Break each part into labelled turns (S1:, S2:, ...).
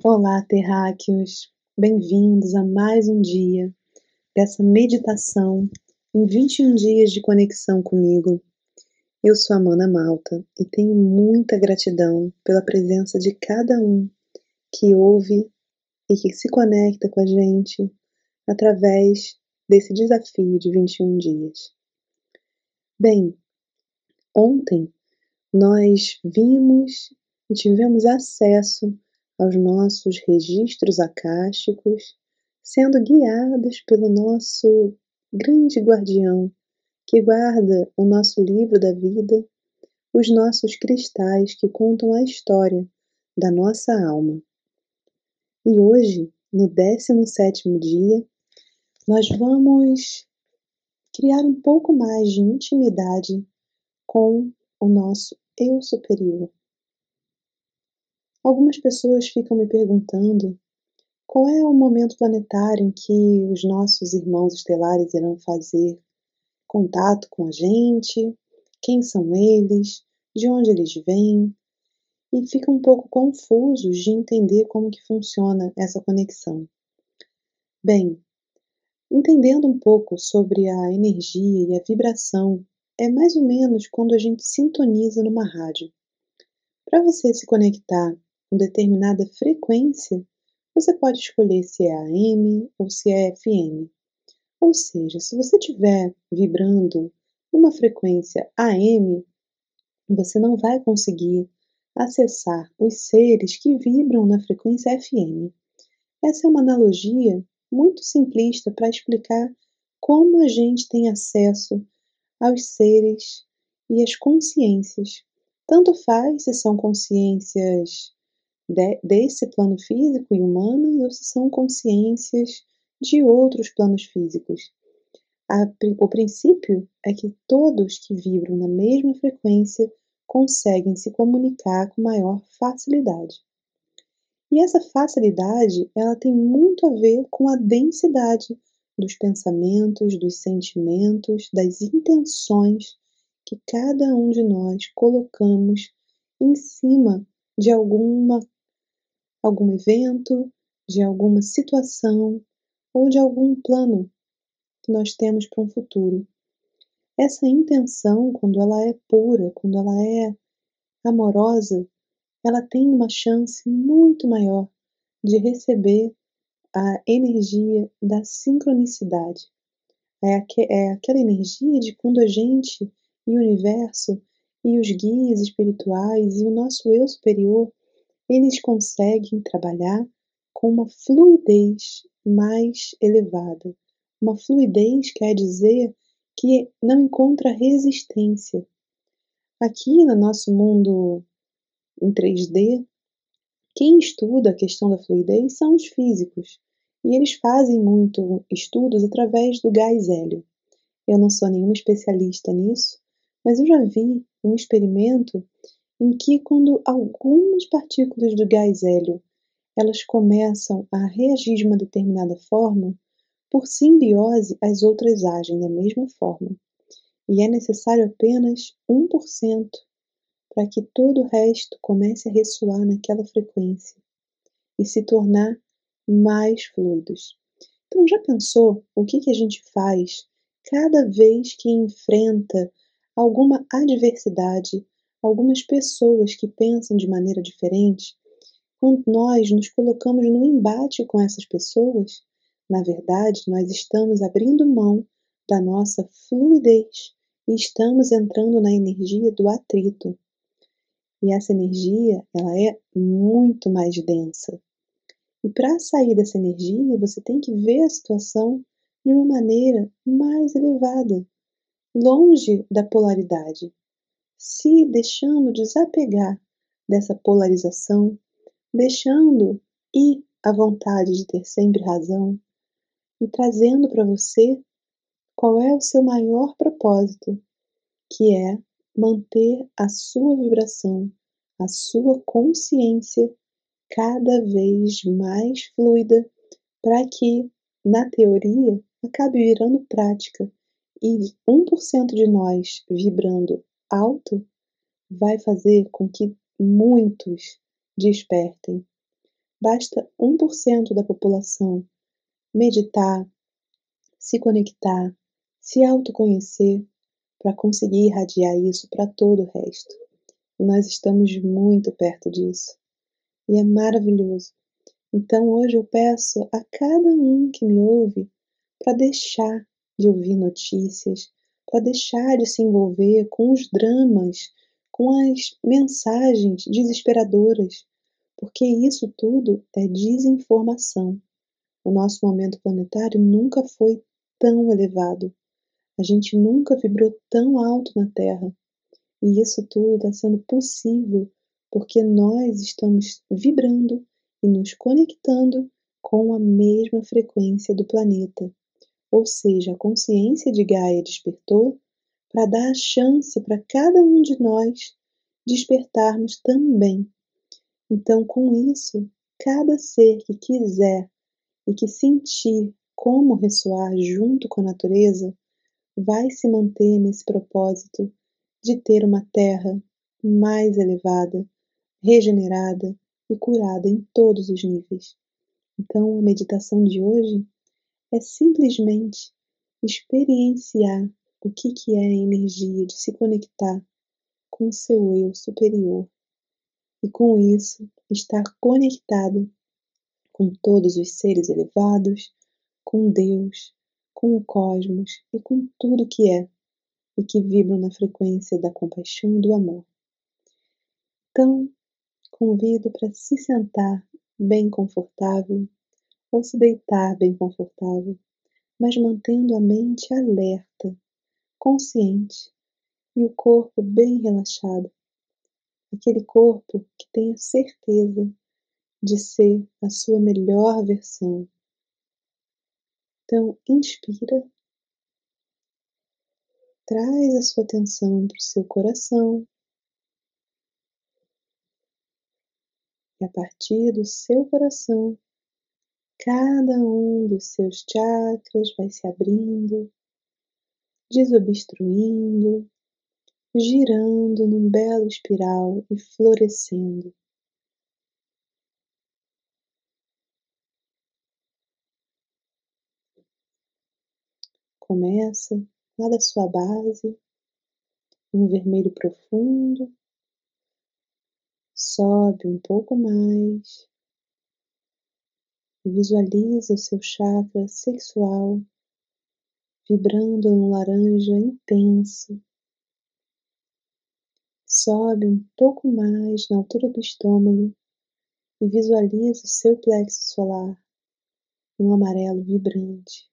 S1: Olá, terráqueos! Bem-vindos a mais um dia dessa meditação em 21 dias de conexão comigo. Eu sou a Mana Malta e tenho muita gratidão pela presença de cada um que ouve e que se conecta com a gente através desse desafio de 21 dias. Bem, ontem nós vimos e tivemos acesso aos nossos registros acásticos, sendo guiados pelo nosso grande guardião, que guarda o nosso livro da vida, os nossos cristais que contam a história da nossa alma. E hoje, no 17º dia, nós vamos criar um pouco mais de intimidade com o nosso eu superior. Algumas pessoas ficam me perguntando qual é o momento planetário em que os nossos irmãos estelares irão fazer contato com a gente, quem são eles, de onde eles vêm, e ficam um pouco confusos de entender como que funciona essa conexão. Bem, entendendo um pouco sobre a energia e a vibração, é mais ou menos quando a gente sintoniza numa rádio. Para você se conectar com determinada frequência, você pode escolher se é AM ou se é FM. Ou seja, se você estiver vibrando numa frequência AM, você não vai conseguir acessar os seres que vibram na frequência FM. Essa é uma analogia muito simplista para explicar como a gente tem acesso aos seres e às consciências. Tanto faz se são consciências desse plano físico e humano ou se são consciências de outros planos físicos. O princípio é que todos que vibram na mesma frequência conseguem se comunicar com maior facilidade. E essa facilidade, ela tem muito a ver com a densidade dos pensamentos, dos sentimentos, das intenções que cada um de nós colocamos em cima de algum evento, de alguma situação ou de algum plano que nós temos para um futuro. Essa intenção, quando ela é pura, quando ela é amorosa, ela tem uma chance muito maior de receber a energia da sincronicidade. É aquela energia de quando a gente e o universo e os guias espirituais e o nosso eu superior, eles conseguem trabalhar com uma fluidez mais elevada. Uma fluidez quer dizer que não encontra resistência. Aqui no nosso mundo em 3D, quem estuda a questão da fluidez são os físicos, e eles fazem muito estudos através do gás hélio. Eu não sou nenhuma especialista nisso, mas eu já vi um experimento em que quando algumas partículas do gás hélio elas começam a reagir de uma determinada forma, por simbiose as outras agem da mesma forma. E é necessário apenas 1% para que todo o resto comece a ressoar naquela frequência e se tornar mais fluidos. Então, já pensou o que a gente faz cada vez que enfrenta alguma adversidade, algumas pessoas que pensam de maneira diferente? Quando nós nos colocamos no embate com essas pessoas, na verdade, nós estamos abrindo mão da nossa fluidez e estamos entrando na energia do atrito. E essa energia, ela é muito mais densa. E para sair dessa energia, você tem que ver a situação de uma maneira mais elevada, longe da polaridade, se deixando desapegar dessa polarização, deixando ir a vontade de ter sempre razão e trazendo para você qual é o seu maior propósito, que é manter a sua vibração, a sua consciência cada vez mais fluida, para que, na teoria, acabe virando prática. E 1% de nós vibrando alto vai fazer com que muitos despertem. Basta 1% da população meditar, se conectar, se autoconhecer para conseguir irradiar isso para todo o resto. E nós estamos muito perto disso. E é maravilhoso. Então hoje eu peço a cada um que me ouve para deixar de ouvir notícias, para deixar de se envolver com os dramas, com as mensagens desesperadoras, porque isso tudo é desinformação. O nosso momento planetário nunca foi tão elevado. A gente nunca vibrou tão alto na Terra. E isso tudo está sendo possível porque nós estamos vibrando e nos conectando com a mesma frequência do planeta. Ou seja, a consciência de Gaia despertou para dar a chance para cada um de nós despertarmos também. Então, com isso, cada ser que quiser e que sentir como ressoar junto com a natureza vai se manter nesse propósito de ter uma terra mais elevada, regenerada e curada em todos os níveis. Então, a meditação de hoje é simplesmente experienciar o que é a energia de se conectar com o seu eu superior e, com isso, estar conectado com todos os seres elevados, com Deus, com o cosmos e com tudo que é e que vibram na frequência da compaixão e do amor. Então, convido para se sentar bem confortável ou se deitar bem confortável, mas mantendo a mente alerta, consciente e o corpo bem relaxado. Aquele corpo que tenha certeza de ser a sua melhor versão. Então, inspira, traz a sua atenção para o seu coração e a partir do seu coração, cada um dos seus chakras vai se abrindo, desobstruindo, girando num belo espiral e florescendo. Começa lá da sua base, um vermelho profundo, sobe um pouco mais e visualiza o seu chakra sexual vibrando num laranja intenso. Sobe um pouco mais na altura do estômago e visualiza o seu plexo solar num amarelo vibrante.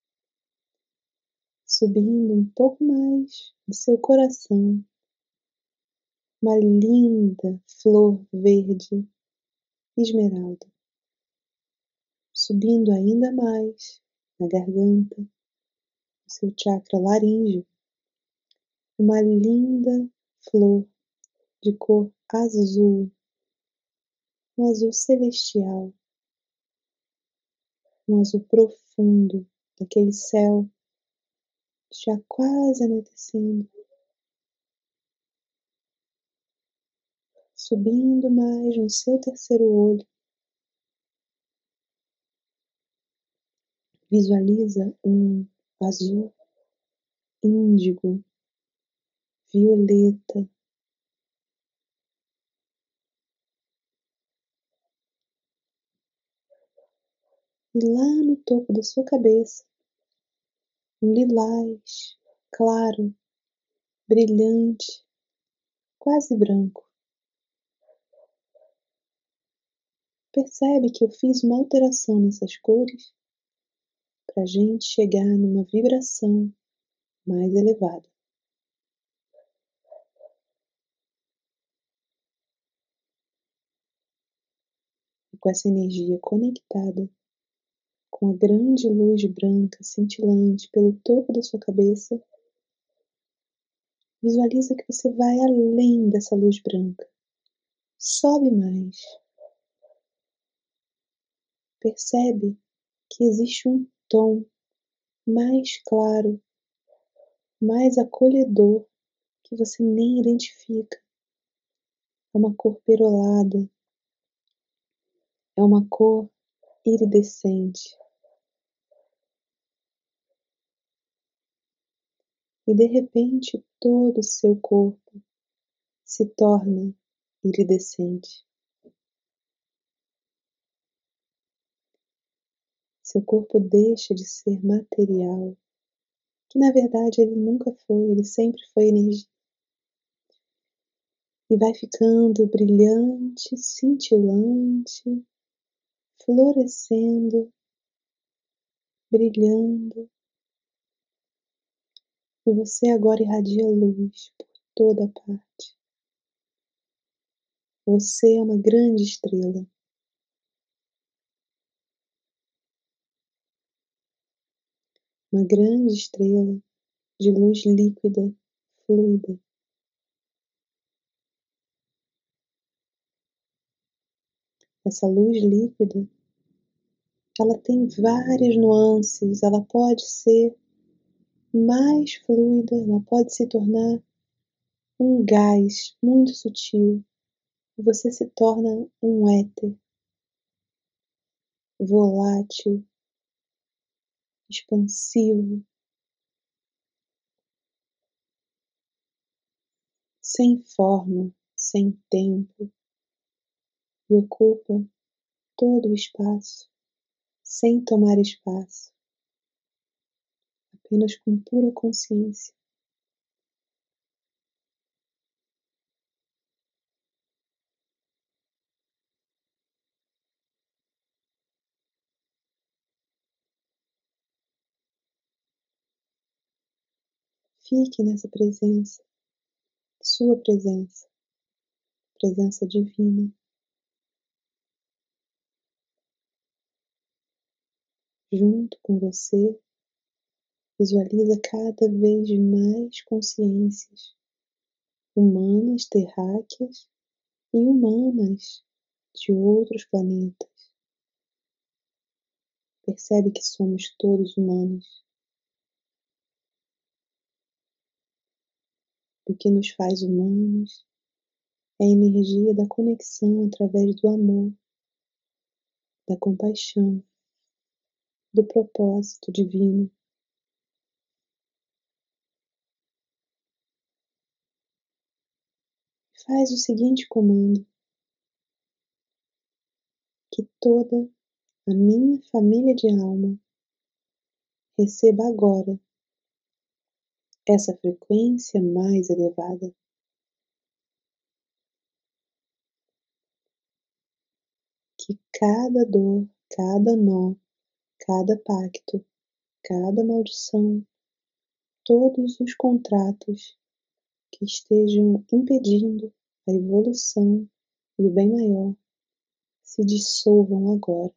S1: Subindo um pouco mais no seu coração, uma linda flor verde esmeralda. Subindo ainda mais na garganta, no seu chakra laríngeo, uma linda flor de cor azul, um azul celestial, um azul profundo, daquele céu já quase anoitecendo. Subindo mais no seu terceiro olho, visualiza um azul índigo, violeta. E lá no topo da sua cabeça, um lilás claro, brilhante, quase branco. Percebe que eu fiz uma alteração nessas cores para a gente chegar numa vibração mais elevada. E com essa energia conectada com a grande luz branca cintilante pelo topo da sua cabeça, visualiza que você vai além dessa luz branca. Sobe mais. Percebe que existe um tom mais claro, mais acolhedor, que você nem identifica. É uma cor perolada, É uma cor iridescente e de repente todo o seu corpo se torna iridescente. Seu corpo deixa de ser material, que na verdade ele nunca foi, ele sempre foi energia, e vai ficando brilhante, cintilante, florescendo, brilhando, e você agora irradia luz por toda parte. Você é uma grande estrela, uma grande estrela de luz líquida, fluida. Essa luz líquida, ela tem várias nuances, ela pode ser mais fluida, ela pode se tornar um gás muito sutil, e você se torna um éter volátil, expansivo, sem forma, sem tempo, e ocupa todo o espaço, sem tomar espaço, apenas com pura consciência. Fique nessa presença, sua presença, presença divina, junto com você. Visualiza cada vez mais consciências humanas, terráqueas e humanas de outros planetas. Percebe que somos todos humanos. O que nos faz humanos é a energia da conexão através do amor, da compaixão, do propósito divino. Faz o seguinte comando: que toda a minha família de alma receba agora essa frequência mais elevada. Que cada dor, cada nó, cada pacto, cada maldição, todos os contratos que estejam impedindo a evolução e o bem maior se dissolvam agora.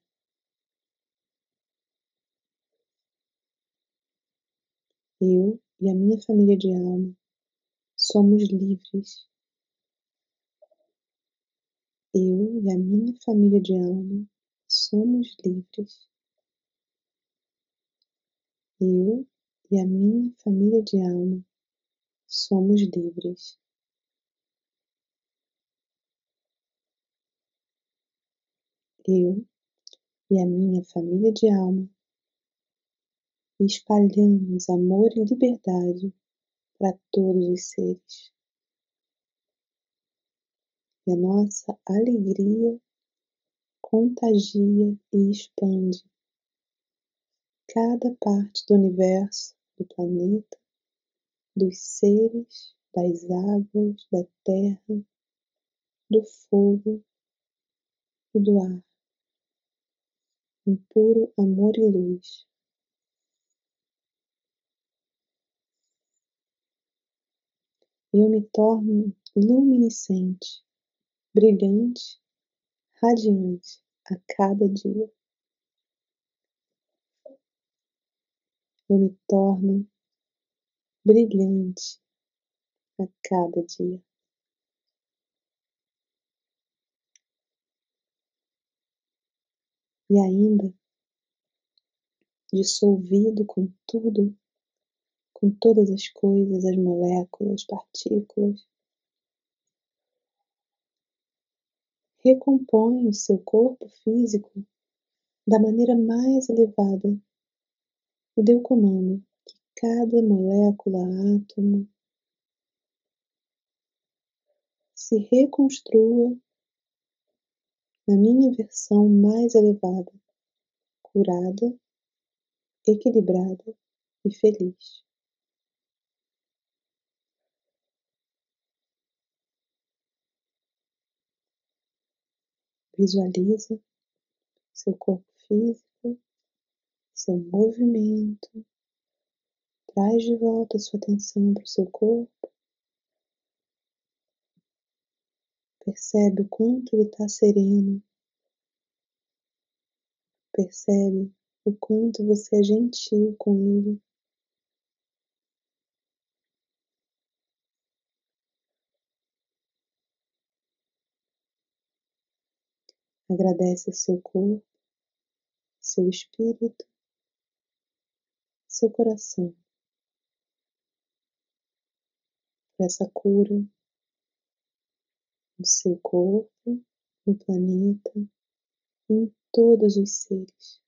S1: Eu e a minha família de alma somos livres. Eu e a minha família de alma somos livres. Eu e a minha família de alma somos livres. Eu e a minha família de alma espalhamos amor e liberdade para todos os seres. E a nossa alegria contagia e expande cada parte do universo, do planeta, dos seres, das águas, da terra, do fogo e do ar, em puro amor e luz. Eu me torno luminescente, brilhante, radiante a cada dia. Eu me torno brilhante a cada dia. E ainda, dissolvido com tudo, com todas as coisas, as moléculas, partículas, recompõe o seu corpo físico da maneira mais elevada e dê o comando que cada molécula, átomo se reconstrua na minha versão mais elevada, curada, equilibrada e feliz. Visualiza seu corpo físico, seu movimento, traz de volta sua atenção para o seu corpo, percebe o quanto ele está sereno, percebe o quanto você é gentil com ele. Agradece ao seu corpo, seu espírito, seu coração por essa cura no seu corpo, no planeta, em todos os seres.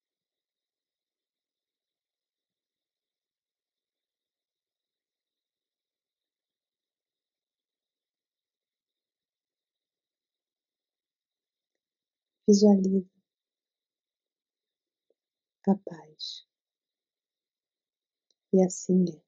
S1: Visualiza a paz. E assim é.